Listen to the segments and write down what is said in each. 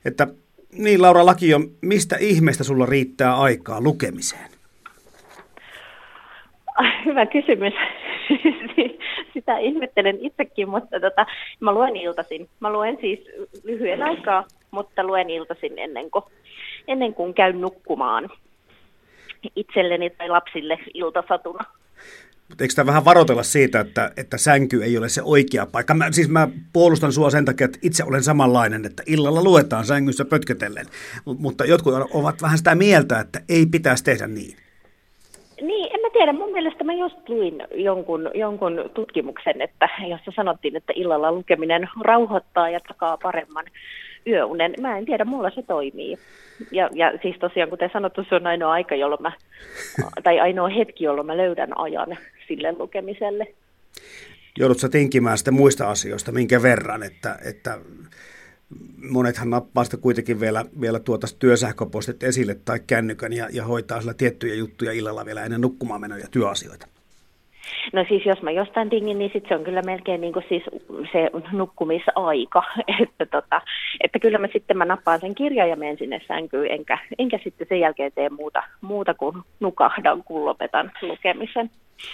että niin Laura Lakio, mistä ihmeestä sulla riittää aikaa lukemiseen? Hyvä kysymys. Sitä ihmettelen itsekin, mutta mä luen iltaisin. Mä luen siis lyhyen aikaa, mutta luen iltaisin ennen kuin käyn nukkumaan itselleni tai lapsille iltasatuna. Mutta eikö tämä vähän varoitella siitä, että sänky ei ole se oikea paikka? Mä puolustan sua sen takia, että itse olen samanlainen, että illalla luetaan sängyssä pötkötellen. Mutta jotkut ovat vähän sitä mieltä, että ei pitäisi tehdä niin. Niin, en mä tiedä. Mun mielestä mä just luin jonkun tutkimuksen, jossa sanottiin, että illalla lukeminen rauhoittaa ja takaa paremman yöunen. Mä en tiedä, mulla se toimii. Ja siis tosiaan, kuten sanottu, se on ainoa aika, tai ainoa hetki, jolloin mä löydän ajan sille lukemiselle. Joudut sä tinkimään sitten muista asioista, minkä verran, että monethan nappaa sitä kuitenkin vielä työsähköpostit esille tai kännykän ja hoitaa sillä tiettyjä juttuja illalla vielä ennen nukkumaan menoja työasioita. No siis jos mä jostain tingin, niin sitten se on kyllä melkein niin kuin siis se nukkumisaika, että kyllä mä nappaan sen kirjan ja menen sinne sänkyyn, enkä sitten sen jälkeen tee muuta kuin nukahdan, kun lopetan lukemisen.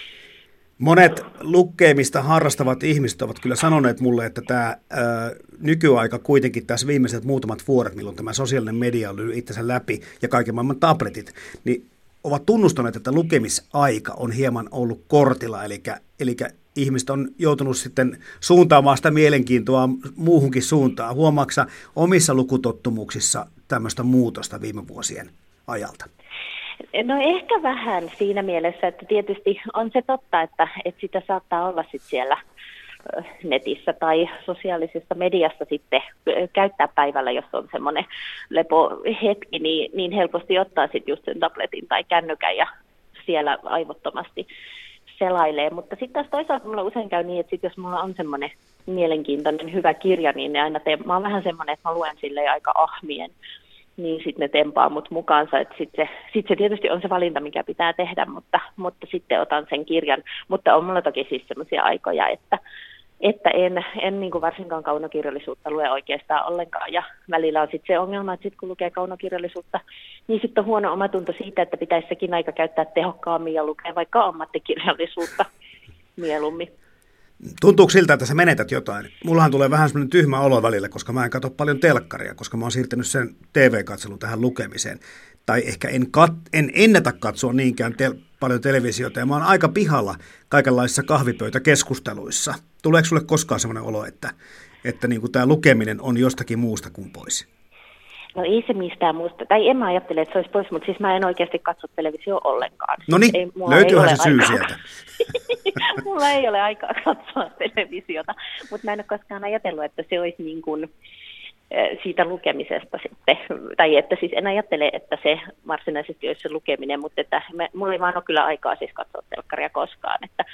Monet lukemista harrastavat ihmiset ovat kyllä sanoneet mulle, että tämä nykyaika kuitenkin tässä viimeiset muutamat vuodet, milloin tämä sosiaalinen media on lyönyt itsensä läpi ja kaiken maailman tabletit, niin ovat tunnustaneet, että lukemisaika on hieman ollut kortilla, eli ihmiset on joutunut sitten suuntaamaan sitä mielenkiintoa muuhunkin suuntaan. Huomaatko omissa lukutottumuksissa tämmöistä muutosta viime vuosien ajalta? No ehkä vähän siinä mielessä, että tietysti on se totta, että sitä saattaa olla sitten siellä netissä tai sosiaalisessa mediassa sitten käyttää päivällä, jos on semmoinen lepohetki, niin helposti ottaa sitten just sen tabletin tai kännykän ja siellä aivottomasti selailee. Mutta sitten taas toisaalta mulla usein käy niin, että sit jos mulla on semmoinen mielenkiintoinen hyvä kirja, niin ne aina mä oon vähän semmoinen, että mä luen silleen aika ahmien, niin sitten ne tempaa mut mukaansa, että sitten se tietysti on se valinta, mikä pitää tehdä, mutta sitten otan sen kirjan. Mutta on mulla toki siis semmoisia aikoja, että en niin kuin varsinkaan kaunokirjallisuutta lue oikeastaan ollenkaan, ja välillä on sitten se ongelma, että sitten kun lukee kaunokirjallisuutta, niin sitten on huono omatunto siitä, että pitäisi sekin aika käyttää tehokkaammin ja lukea vaikka ammattikirjallisuutta mieluummin. Tuntuuko siltä, että sä menetät jotain? Mullahan tulee vähän semmoinen tyhmä olo välillä, koska mä en katso paljon telkkaria, koska mä oon siirtänyt sen TV-katselun tähän lukemiseen. Tai ehkä en ennätä katsoa niinkään paljon televisiota, ja mä oon aika pihalla kaikenlaisissa kahvipöytäkeskusteluissa. Tuleeko sulle koskaan semmoinen olo, että niin kuin tämä lukeminen on jostakin muusta kuin pois? No ei se mistään muusta. Tai en mä ajattele, että se olisi pois, mutta siis mä en oikeasti katso televisio ollenkaan. No niin, löytyyhän se syy sieltä. Mulla ei ole aikaa katsoa televisiota, mutta mä en ole koskaan ajatellut, että se olisi niin kuin siitä lukemisesta sitten. Tai että siis en ajattele, että se varsinaisesti olisi se lukeminen, mutta että mulla ei vaan ole kyllä aikaa siis katsoa telkkaria koskaan, että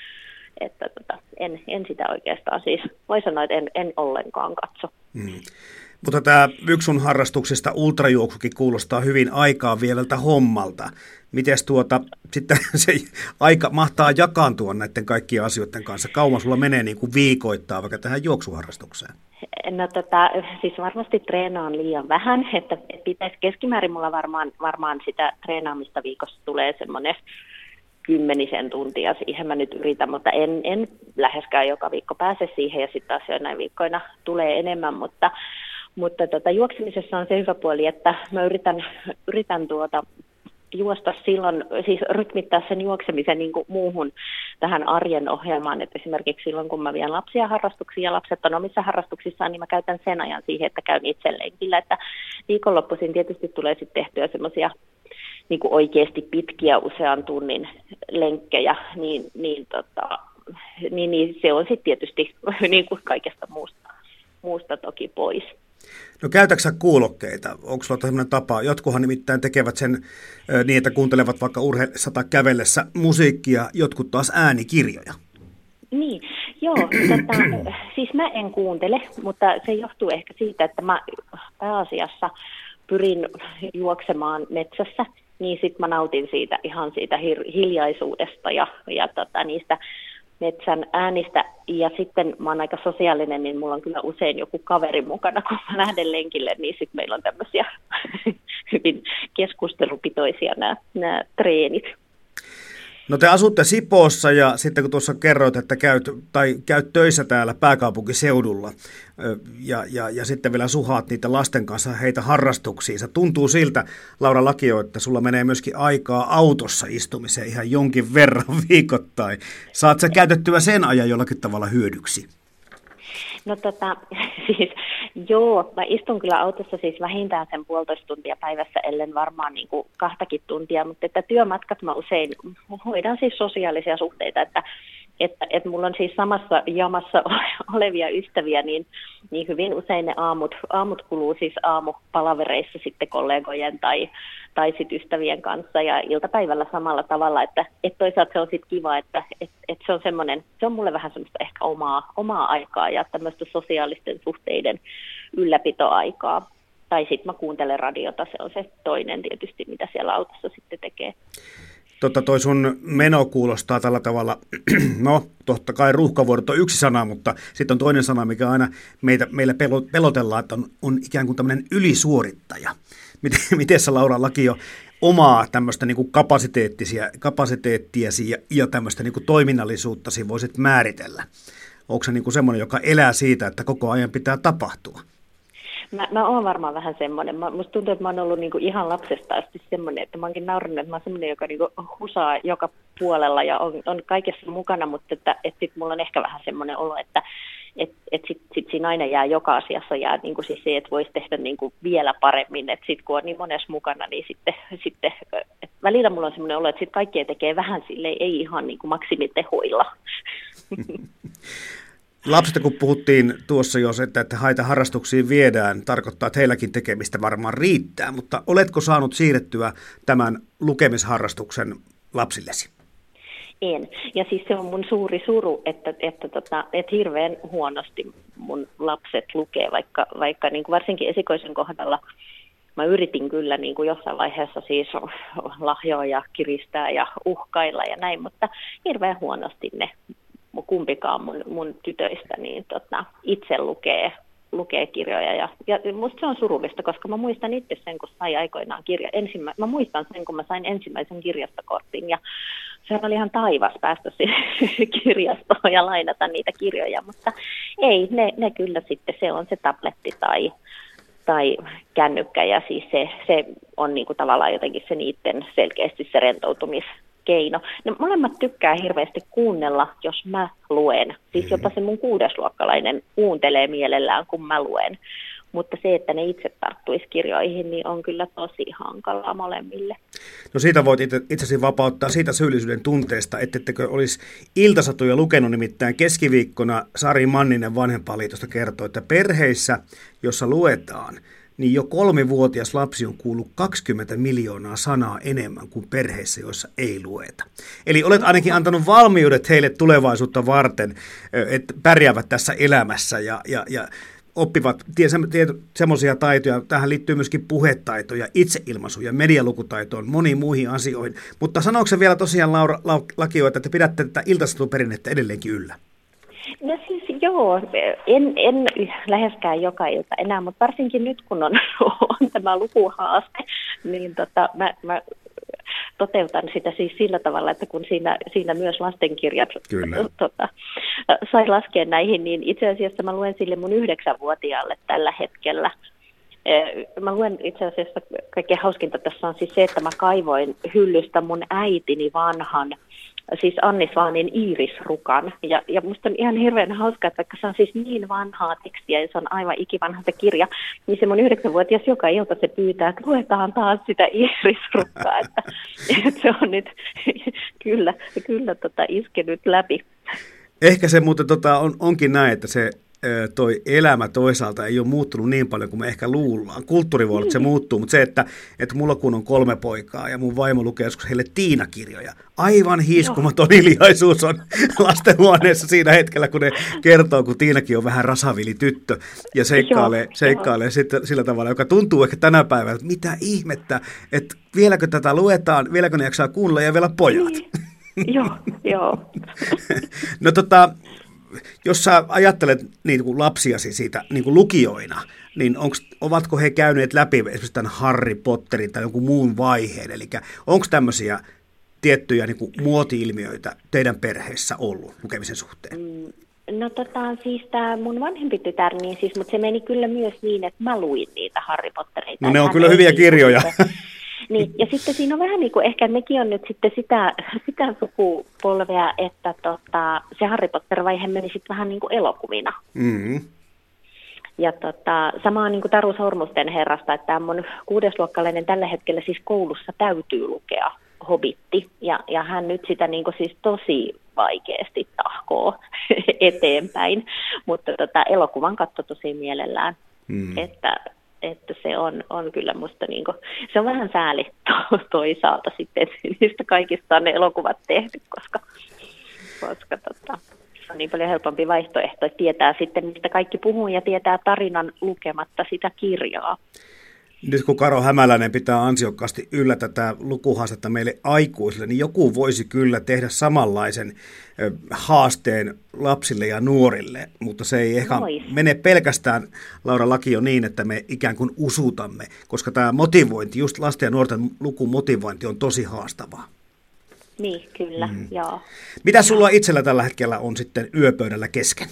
en sitä oikeastaan siis, voi sanoa, että en ollenkaan katso. Mutta tämä yksi sun harrastuksista ultrajuoksukin kuulostaa hyvin aikaa vielältä hommalta. Miten sitten se aika mahtaa jakaantua näiden kaikkien asioiden kanssa? Kauan sulla menee niin kuin viikoittaa vaikka tähän juoksuharrastukseen? No siis varmasti treenaan liian vähän, että pitäisi keskimäärin mulla varmaan sitä treenaamista viikossa tulee semmoinen 10 tuntia, siihen mä nyt yritän, mutta en läheskään joka viikko pääse siihen, ja sitten taas joinain viikkoina tulee enemmän, mutta juoksemisessa on se hyvä puoli, että mä yritän juosta silloin, siis rytmittää sen juoksemisen niin kuin muuhun tähän arjen ohjelmaan, että esimerkiksi silloin, kun mä vien lapsia harrastuksiin ja lapset on omissa harrastuksissaan, niin mä käytän sen ajan siihen, että käyn itse lenkillä, että viikonloppuisin tietysti tulee sitten tehtyä semmoisia niin kuin oikeasti pitkiä usean tunnin lenkkejä, niin se on sitten tietysti niin kuin kaikesta muusta toki pois. No käytätkö sä kuulokkeita? Onko sulla sellainen tapa? Jotkuhan nimittäin tekevät sen niin, että kuuntelevat vaikka urheilessa tai kävellessä musiikkia, jotkut taas äänikirjoja. Niin, joo. Siis mä en kuuntele, mutta se johtuu ehkä siitä, että mä pääasiassa pyrin juoksemaan metsässä, niin sit mä nautin siitä ihan siitä hiljaisuudesta ja niistä metsän äänistä. Ja sitten mä oon aika sosiaalinen, niin mulla on kyllä usein joku kaveri mukana, kun mä lähden lenkille, niin sitten meillä on tämmöisiä hyvin keskustelupitoisia nämä treenit. No te asutte Sipoossa ja sitten kun tuossa kerroit, että käyt töissä täällä pääkaupunkiseudulla ja sitten vielä suhaat niitä lasten kanssa heitä harrastuksiin. Se tuntuu siltä, Laura Lakio, että sulla menee myöskin aikaa autossa istumiseen ihan jonkin verran viikoittain. Saat sä käytettyä sen ajan jollakin tavalla hyödyksi? No siis joo, mä istun kyllä autossa siis vähintään sen 1,5 tuntia päivässä, ellen varmaan niin kuin 2 tuntia, mutta että työmatkat mä usein hoidan siis sosiaalisia suhteita, että mulla on siis samassa jamassa olevia ystäviä, niin hyvin usein ne aamut kuluu siis aamupalavereissa sitten kollegojen tai sitten ystävien kanssa ja iltapäivällä samalla tavalla, että toisaalta se on sitten kiva, että se on semmoinen, se on mulle vähän semmoista ehkä omaa aikaa ja tämmöistä sosiaalisten suhteiden ylläpitoaikaa. Tai sitten mä kuuntelen radiota, se on se toinen tietysti, mitä siellä autossa sitten tekee. Toi sun meno kuulostaa tällä tavalla, no totta kai ruuhkavuorot on yksi sana, mutta sitten on toinen sana, mikä aina meillä pelotellaan, että on ikään kuin tämmöinen ylisuorittaja. Miten sä, Laura Lakio, omaa tämmöistä niin kuin kapasiteettiasi ja tämmöistä niin kuin toiminnallisuuttasi voisit määritellä? Onko se niin kuin semmoinen, joka elää siitä, että koko ajan pitää tapahtua? Mä oon varmaan vähän semmoinen. Musta tuntuu, että mä oon ollut niinku ihan lapsesta asti semmoinen, että mä oonkin naurannut, että mä oon semmoinen, joka niinku husaa joka puolella ja on kaikessa mukana, mutta että sit mulla on ehkä vähän semmoinen olo, että sit siinä aina jää joka asiassa jää niinku siis se, että voisi tehdä niinku vielä paremmin, että sit kun on niin monessa mukana, niin sitten välillä mulla on semmoinen olo, että sit kaikkea tekee vähän silleen, ei ihan niinku maksimitehoilla. Lapsista kun puhuttiin tuossa jo, että haita harrastuksiin viedään, tarkoittaa, että heilläkin tekemistä varmaan riittää, mutta oletko saanut siirrettyä tämän lukemisharrastuksen lapsillesi? En. Ja siis se on mun suuri suru, että hirveän huonosti mun lapset lukee, vaikka niin kuin varsinkin esikoisen kohdalla mä yritin kyllä niin kuin jossain vaiheessa siis lahjoa ja kiristää ja uhkailla ja näin, mutta hirveän huonosti ne kumpikaan mun tytöistä niin itse lukee kirjoja ja musta se on surullista, koska mä muistan itse sen, kun sai aikoinaan mä muistan sen, kun mä sain ensimmäisen kirjastokortin ja se oli ihan taivas päästä kirjastoon ja lainata niitä kirjoja, mutta ei, ne kyllä sitten, se on se tabletti tai kännykkä ja siis se on niinku tavallaan jotenkin se niiden selkeästi se rentoutumiskeino. Ne molemmat tykkää hirveästi kuunnella, jos mä luen. Siis jopa se mun 6-luokkalainen kuuntelee mielellään, kun mä luen. Mutta se, että ne itse tarttuisi kirjoihin, niin on kyllä tosi hankalaa molemmille. No siitä voit itsesi vapauttaa siitä syyllisyyden tunteesta, ettekö olisi iltasatuja lukenut, nimittäin keskiviikkona Sari Manninen Vanhempainliitosta kertoi, että perheissä, jossa luetaan, niin jo 3-vuotias lapsi on kuullut 20 miljoonaa sanaa enemmän kuin perheissä, joissa ei lueta. Eli olet ainakin antanut valmiudet heille tulevaisuutta varten, että pärjäävät tässä elämässä ja oppivat semmoisia taitoja. Tähän liittyy myöskin puhetaito ja itseilmaisu ja medialukutaitoon, moniin muihin asioihin. Mutta sanooko se vielä tosiaan, Laura Lakio, että te pidätte tätä iltasatuperinnettä edelleenkin yllä? No siis joo, en läheskään joka ilta enää, mutta varsinkin nyt kun on tämä lukuhaaste, niin mä toteutan sitä siis sillä tavalla, että kun siinä myös lastenkirjat sai laskea näihin, niin itse asiassa mä luen sille mun 9-vuotiaalle tällä hetkellä. Mä luen itse asiassa, kaikkein hauskinta tässä on siis se, että mä kaivoin hyllystä mun äitini vanhan, siis Anni Svaanin Iiris-rukan. Ja musta on ihan hirveän hauska, että vaikka se on siis niin vanhaa tekstiä ja se on aivan ikivanha se kirja, niin se mun 9-vuotias joka ilta se pyytää, että luetaan taas sitä Iiris-rukkaa. Että se on nyt kyllä iskenyt läpi. Ehkä se muuten onkin näin, että se toi elämä toisaalta ei ole muuttunut niin paljon kuin me ehkä luullaan. Kulttuuri voi olla, että se muuttuu, mutta se, että mulla kun on 3 poikaa ja mun vaimo lukee joskus heille Tiina-kirjoja, aivan hiiskumaton hiljaisuus on lastenhuoneessa siinä hetkellä, kun ne kertoo, kun Tiinakin on vähän rasavili tyttö ja seikkailee sitten sillä tavalla, joka tuntuu ehkä tänä päivänä, että mitä ihmettä, että vieläkö tätä luetaan, vieläkö ne jaksaa kuunnella ja vielä pojat. Joo. No jos sä ajattelet niin kuin lapsiasi siitä niin kuin lukijoina, niin ovatko he käyneet läpi esimerkiksi tämän Harry Potterin tai jonkun muun vaiheen? Eli onko tämmöisiä tiettyjä niin kuin muoti-ilmiöitä teidän perheessä ollut lukemisen suhteen? No siis tämä mun vanhempi tytär, niin siis, mutta se meni kyllä myös niin, että mä luin niitä Harry Pottereita. No ne on kyllä hyviä kirjoja. Niin, ja sitten siinä on vähän niin kuin, ehkä nekin on nyt sitten sitä sukupolvea, että se Harry Potter-vaihe meni sitten vähän niin kuin elokuvina. Mm-hmm. Ja sama on niin kuin Taru Sormusten herrasta, että tämä mun 6-luokkalainen tällä hetkellä siis koulussa täytyy lukea Hobbitti, ja hän nyt sitä niin kuin siis tosi vaikeasti tahkoo eteenpäin, mutta elokuvan katso tosi mielellään, että se on kyllä musta niin kuin, se on vähän sääli toisaalta sitten, että niistä kaikista on ne elokuvat tehty, koska se on niin paljon helpompi vaihtoehto, että tietää sitten, mistä kaikki puhuu ja tietää tarinan lukematta sitä kirjaa. Nyt kun Karo Hämäläinen pitää ansiokkaasti yllä tätä lukuhaastetta meille aikuisille, niin joku voisi kyllä tehdä samanlaisen haasteen lapsille ja nuorille, mutta se ei ehkä mene pelkästään, Laura Lakio, niin, että me ikään kuin usutamme, koska tämä motivointi, just lasten ja nuorten lukumotivointi on tosi haastavaa. Niin, kyllä, joo. Mitä sulla itsellä tällä hetkellä on sitten yöpöydällä kesken?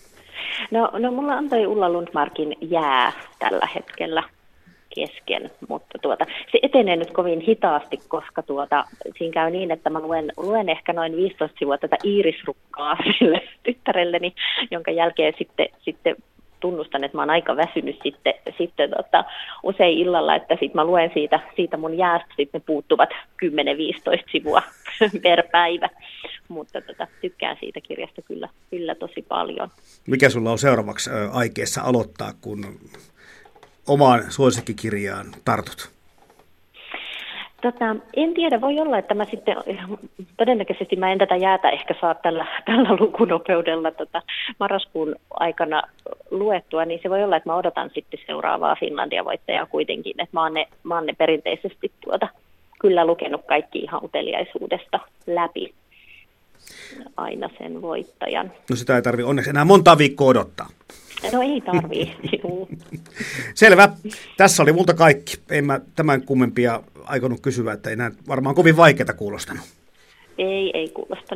No mulla on toi Ulla Lundmarkin Jää tällä hetkellä kesken, mutta se etenee nyt kovin hitaasti, koska siinä käy niin, että mä luen ehkä noin 15 sivua tätä Iirisrukkaa sille tyttärelleni, jonka jälkeen sitten tunnustan, että mä oon aika väsynyt sitten usein illalla, että sitten mä luen siitä mun jäästä, sitten ne puuttuvat 10-15 sivua per päivä, mutta tykkään siitä kirjasta kyllä tosi paljon. Mikä sulla on seuraavaksi aikeessa aloittaa, kun omaan suosikkikirjaan tartut? En tiedä, voi olla, että mä sitten, todennäköisesti mä en tätä jäätä ehkä saa tällä lukunopeudella marraskuun aikana luettua, niin se voi olla, että mä odotan sitten seuraavaa Finlandia-voittajaa kuitenkin, että mä oon ne perinteisesti kyllä lukenut kaikki ihan uteliaisuudesta läpi aina sen voittajan. No sitä ei tarvitse onneksi enää monta viikkoa odottaa. No ei tarvii. Selvä. Tässä oli multa kaikki. En mä tämän kummempia aikonut kysyä, että ei nämä varmaan kovin vaikeita kuulostanut. Ei kuulostanut.